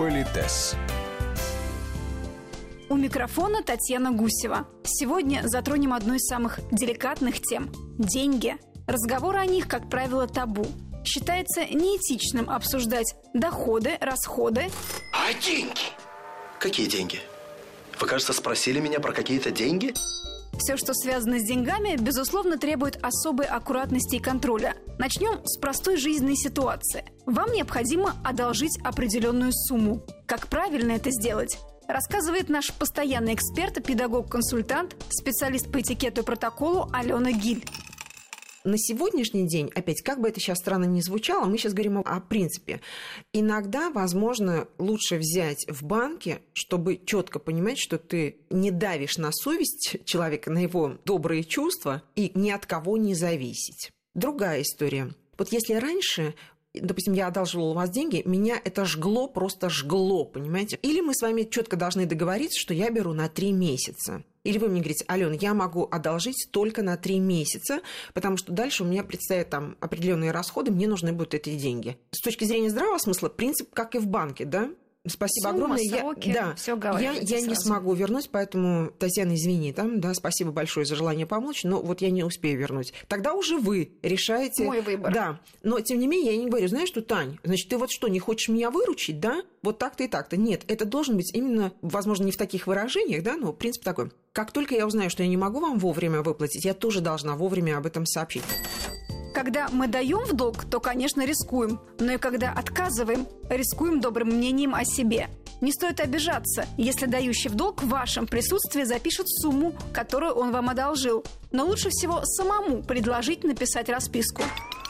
Политес. У микрофона Татьяна Гусева. Сегодня затронем одну из самых деликатных тем – деньги. Разговоры о них, как правило, табу. Считается неэтичным обсуждать доходы, расходы. А деньги? Какие деньги? Вы, кажется, спросили меня про какие-то деньги? Все, что связано с деньгами, безусловно, требует особой аккуратности и контроля. Начнем с простой жизненной ситуации. Вам необходимо одолжить определенную сумму. Как правильно это сделать? Рассказывает наш постоянный эксперт, педагог-консультант, специалист по этикету и протоколу Алена Гиль. На сегодняшний день, опять, как бы это сейчас странно ни звучало, мы сейчас говорим о принципе. Иногда, возможно, лучше взять в банке, чтобы четко понимать, что ты не давишь на совесть человека, на его добрые чувства и ни от кого не зависеть. Другая история. Вот если раньше... Допустим, я одалживала у вас деньги, меня это жгло, просто жгло, понимаете? Или мы с вами четко должны договориться, что я беру на 3 месяца. Или вы мне говорите: Алёна, я могу одолжить только на 3 месяца, потому что дальше у меня предстоят там определенные расходы, мне нужны будут эти деньги. С точки зрения здравого смысла, принцип как и в банке, да? Спасибо огромное. Сроки, Я не смогу вернуть, поэтому, Татьяна, извини, спасибо большое за желание помочь, но вот я не успею вернуть. Тогда уже вы решаете. Мой выбор. Да, но тем не менее я не говорю, знаешь что, Тань, значит, ты вот что, не хочешь меня выручить, да? Вот так-то и так-то. Нет, это должен быть именно, возможно, не в таких выражениях, да, но принцип такой. Как только я узнаю, что я не могу вам вовремя выплатить, я тоже должна вовремя об этом сообщить. Когда мы даем в долг, то, конечно, рискуем. Но и когда отказываем, рискуем добрым мнением о себе. Не стоит обижаться, если дающий в долг в вашем присутствии запишет сумму, которую он вам одолжил. Но лучше всего самому предложить написать расписку.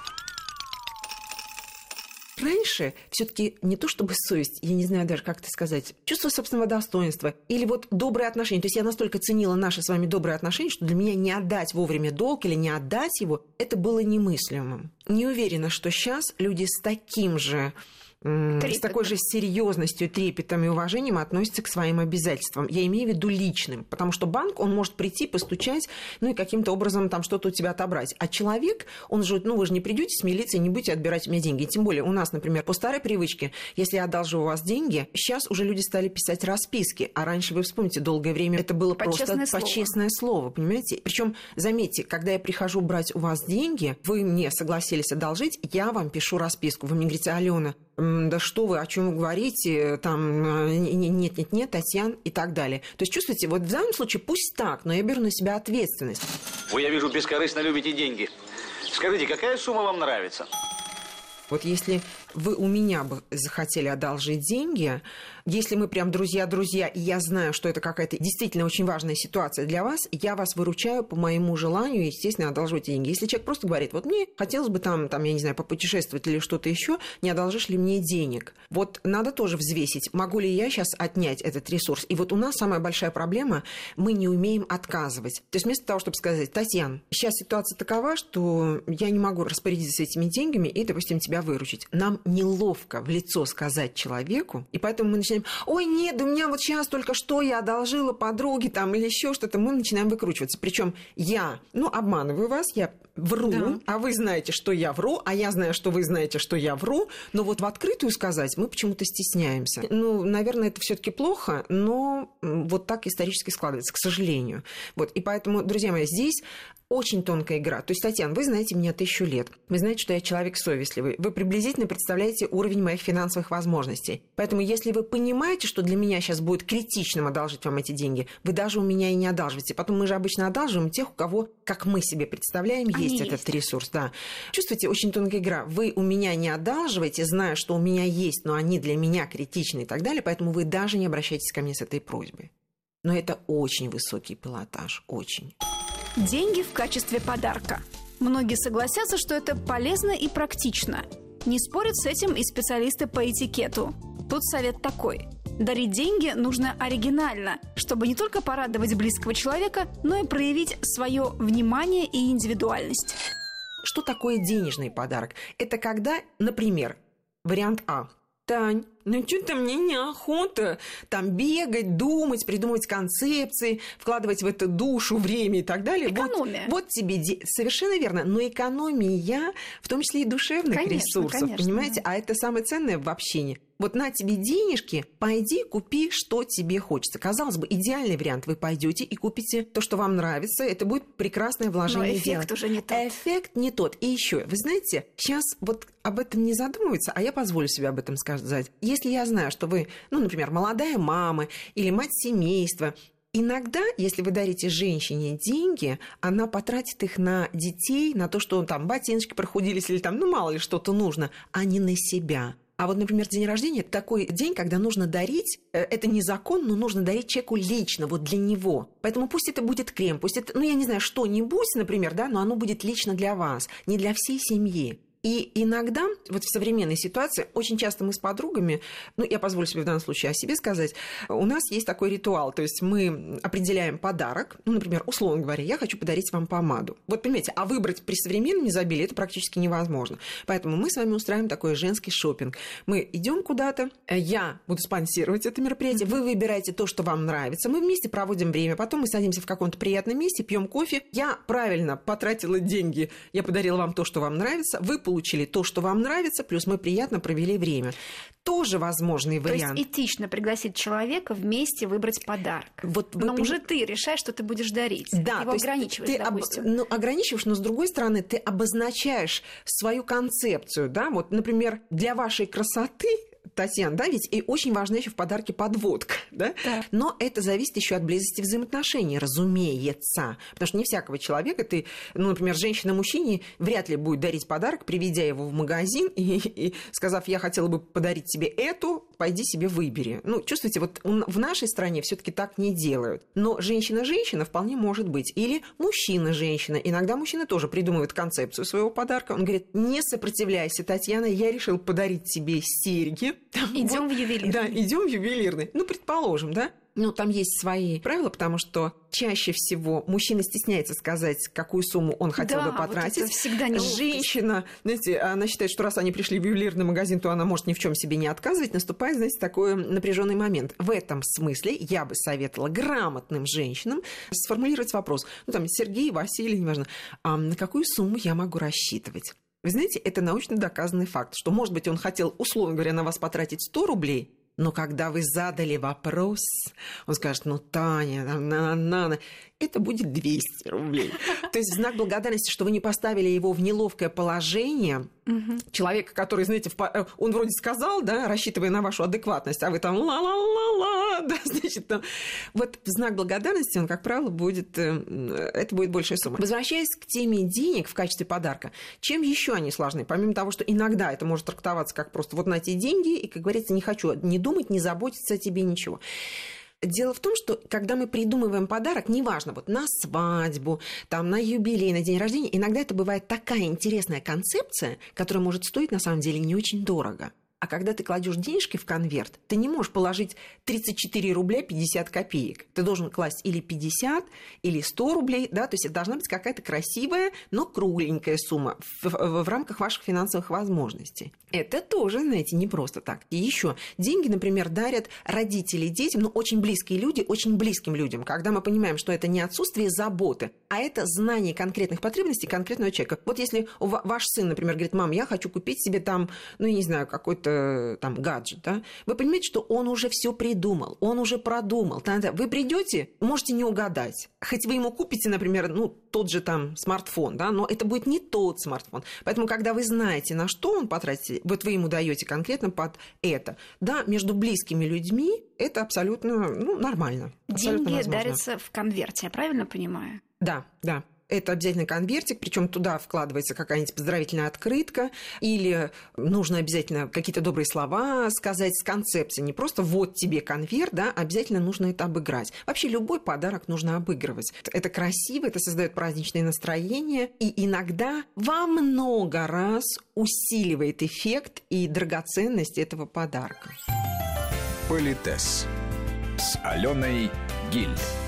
Раньше все-таки не то чтобы совесть, я не знаю даже, как это сказать, чувство собственного достоинства или вот добрые отношения. То есть я настолько ценила наши с вами добрые отношения, что для меня не отдать вовремя долг или не отдать его, это было немыслимым. Не уверена, что сейчас люди с таким же... с такой же серьезностью, трепетом и уважением относятся к своим обязательствам. Я имею в виду личным, потому что банк, он может прийти, постучать, и каким-то образом там что-то у тебя отобрать. А человек, он же, вы же не придете с милиции, не будете отбирать у меня деньги. И тем более у нас, например, по старой привычке, если я одолжу у вас деньги, сейчас уже люди стали писать расписки, а раньше, вы вспомните, долгое время это было просто почестное слово, понимаете? Причем, заметьте, когда я прихожу брать у вас деньги, вы мне согласились одолжить, я вам пишу расписку. Вы мне говорите: Алена, да что вы, о чем вы говорите, нет, Татьяна и так далее. То есть, чувствуете, вот в данном случае пусть так, но я беру на себя ответственность. Вы, я вижу, бескорыстно любите деньги. Скажите, какая сумма вам нравится? Вот если вы у меня бы захотели одолжить деньги, если мы прям друзья-друзья, и я знаю, что это какая-то действительно очень важная ситуация для вас, я вас выручаю по моему желанию, естественно, одолживайте деньги. Если человек просто говорит: вот мне хотелось бы там, я не знаю, попутешествовать или что-то еще, не одолжишь ли мне денег? Вот надо тоже взвесить, могу ли я сейчас отнять этот ресурс. И вот у нас самая большая проблема, мы не умеем отказывать. То есть вместо того, чтобы сказать: Татьяна, сейчас ситуация такова, что я не могу распорядиться этими деньгами и, допустим, тебя выручить. Нам неловко в лицо сказать человеку, и поэтому мы начинаем: ой, нет, да у меня вот сейчас только что я одолжила подруге или еще что-то, мы начинаем выкручиваться. Причем я, обманываю вас, я вру, да. А вы знаете, что я вру, а я знаю, что вы знаете, что я вру, но вот в открытую сказать мы почему-то стесняемся. Наверное, это все-таки плохо, но вот так исторически складывается, к сожалению. Вот, и поэтому, друзья мои, здесь очень тонкая игра. То есть, Татьяна, вы знаете меня 1000 лет. Вы знаете, что я человек совестливый. Вы приблизительно представляете уровень моих финансовых возможностей. Поэтому, если вы понимаете, что для меня сейчас будет критичным одолжить вам эти деньги, вы даже у меня и не одалживаете. Потом мы же обычно одалживаем тех, у кого, как мы себе представляем, есть этот ресурс. Да. Чувствуете, очень тонкая игра. Вы у меня не одалживаете, зная, что у меня есть, но они для меня критичны и так далее, поэтому вы даже не обращайтесь ко мне с этой просьбой. Но это очень высокий пилотаж, очень. Деньги в качестве подарка. Многие согласятся, что это полезно и практично. Не спорят с этим и специалисты по этикету. Тут совет такой: дарить деньги нужно оригинально, чтобы не только порадовать близкого человека, но и проявить свое внимание и индивидуальность. Что такое денежный подарок? Это когда, например, вариант А. Тань, Ну, что-то мне неохота там бегать, думать, придумывать концепции, вкладывать в это душу, время и так далее. Экономия. Вот тебе... Совершенно верно. Но экономия, в том числе и душевных ресурсов, понимаете? Да. А это самое ценное в общении. Вот на тебе денежки, пойди купи, что тебе хочется. Казалось бы, идеальный вариант. Вы пойдете и купите то, что вам нравится. Это будет прекрасное вложение. Но эффект уже не тот. Эффект не тот. И еще, вы знаете, сейчас вот об этом не задумываются, а я позволю себе об этом сказать. Если я знаю, что вы, например, молодая мама или мать семейства, иногда, если вы дарите женщине деньги, она потратит их на детей, на то, что там ботиночки прохудились или там, мало ли что-то нужно, а не на себя. А вот, например, день рождения – это такой день, когда нужно дарить, это не закон, но нужно дарить человеку лично, вот для него. Поэтому пусть это будет крем, пусть это, я не знаю, что-нибудь, например, да, но оно будет лично для вас, не для всей семьи. И иногда, вот в современной ситуации, очень часто мы с подругами, я позволю себе в данном случае о себе сказать, у нас есть такой ритуал, то есть мы определяем подарок, например, условно говоря, я хочу подарить вам помаду. Вот понимаете, а выбрать при современном изобилии это практически невозможно. Поэтому мы с вами устраиваем такой женский шопинг. Мы идем куда-то, я буду спонсировать это мероприятие, вы выбираете то, что вам нравится, мы вместе проводим время, потом мы садимся в каком-то приятном месте, пьем кофе, я правильно потратила деньги, я подарила вам то, что вам нравится, вы получили то, что вам нравится, плюс мы приятно провели время. Тоже возможный вариант. То есть этично пригласить человека вместе выбрать подарок. Но уже ты решаешь, что ты будешь дарить. Да, ты его ограничиваешь, допустим. Ограничиваешь, но с другой стороны ты обозначаешь свою концепцию. Да? Вот, например, для вашей красоты, Татьяна, да, ведь и очень важна еще в подарке подводка, да? Да. Но это зависит еще от близости взаимоотношений, разумеется. Потому что не всякого человека ты, например, женщина мужчине вряд ли будет дарить подарок, приведя его в магазин и сказав, я хотела бы подарить тебе эту, пойди себе выбери. Чувствуете, вот в нашей стране все-таки так не делают. Но женщина-женщина вполне может быть. Или мужчина-женщина. Иногда мужчина тоже придумывает концепцию своего подарка. Он говорит, не сопротивляйся, Татьяна, я решил подарить тебе серьги. Идем в ювелирный. Да, идем в ювелирный. Предположим, да? Там есть свои правила, потому что чаще всего мужчина стесняется сказать, какую сумму он хотел бы потратить. Вот это всегда неловкость. Женщина, знаете, она считает, что раз они пришли в ювелирный магазин, то она может ни в чем себе не отказывать. Наступает, знаете, такой напряженный момент. В этом смысле я бы советовала грамотным женщинам сформулировать вопрос. Сергей, Василий, неважно, а на какую сумму я могу рассчитывать? Вы знаете, это научно доказанный факт, что, может быть, он хотел, условно говоря, на вас потратить 100 рублей, но когда вы задали вопрос, он скажет, Таня, это будет 200 рублей. То есть в знак благодарности, что вы не поставили его в неловкое положение, человека, который, знаете, он вроде сказал, да, рассчитывая на вашу адекватность, а вы там ла-ла-ла-ла, да, значит, вот в знак благодарности он, как правило, это будет большая сумма. Возвращаясь к теме денег в качестве подарка, чем еще они сложны? Помимо того, что иногда это может трактоваться как просто вот на эти деньги, и, как говорится, не хочу не думать, не заботиться о тебе, ничего. Дело в том, что когда мы придумываем подарок, неважно, вот на свадьбу, на юбилей, на день рождения, иногда это бывает такая интересная концепция, которая может стоить на самом деле не очень дорого. А когда ты кладешь денежки в конверт, ты не можешь положить 34 рубля 50 копеек. Ты должен класть или 50, или 100 рублей, да, то есть это должна быть какая-то красивая, но кругленькая сумма в рамках ваших финансовых возможностей. Это тоже, знаете, не просто так. И еще деньги, например, дарят родители детям, очень близкие люди, очень близким людям, когда мы понимаем, что это не отсутствие заботы, а это знание конкретных потребностей конкретного человека. Вот если ваш сын, например, говорит, мам, я хочу купить себе какой-то гаджет, да? Вы понимаете, что он уже все придумал, он уже продумал. Вы придете, можете не угадать. Хоть вы ему купите, например, тот же смартфон, да, но это будет не тот смартфон. Поэтому, когда вы знаете, на что он потратит, вот вы ему даете конкретно под это. Да, между близкими людьми это абсолютно нормально. Абсолютно деньги возможно. дарятся в конверте, я правильно понимаю? Да. Это обязательно конвертик, причем туда вкладывается какая-нибудь поздравительная открытка, или нужно обязательно какие-то добрые слова сказать с концепцией. Не просто вот тебе конверт, да, обязательно нужно это обыграть. Вообще любой подарок нужно обыгрывать. Это красиво, это создает праздничное настроение, и иногда во много раз усиливает эффект и драгоценность этого подарка. Политес с Аленой Гиль.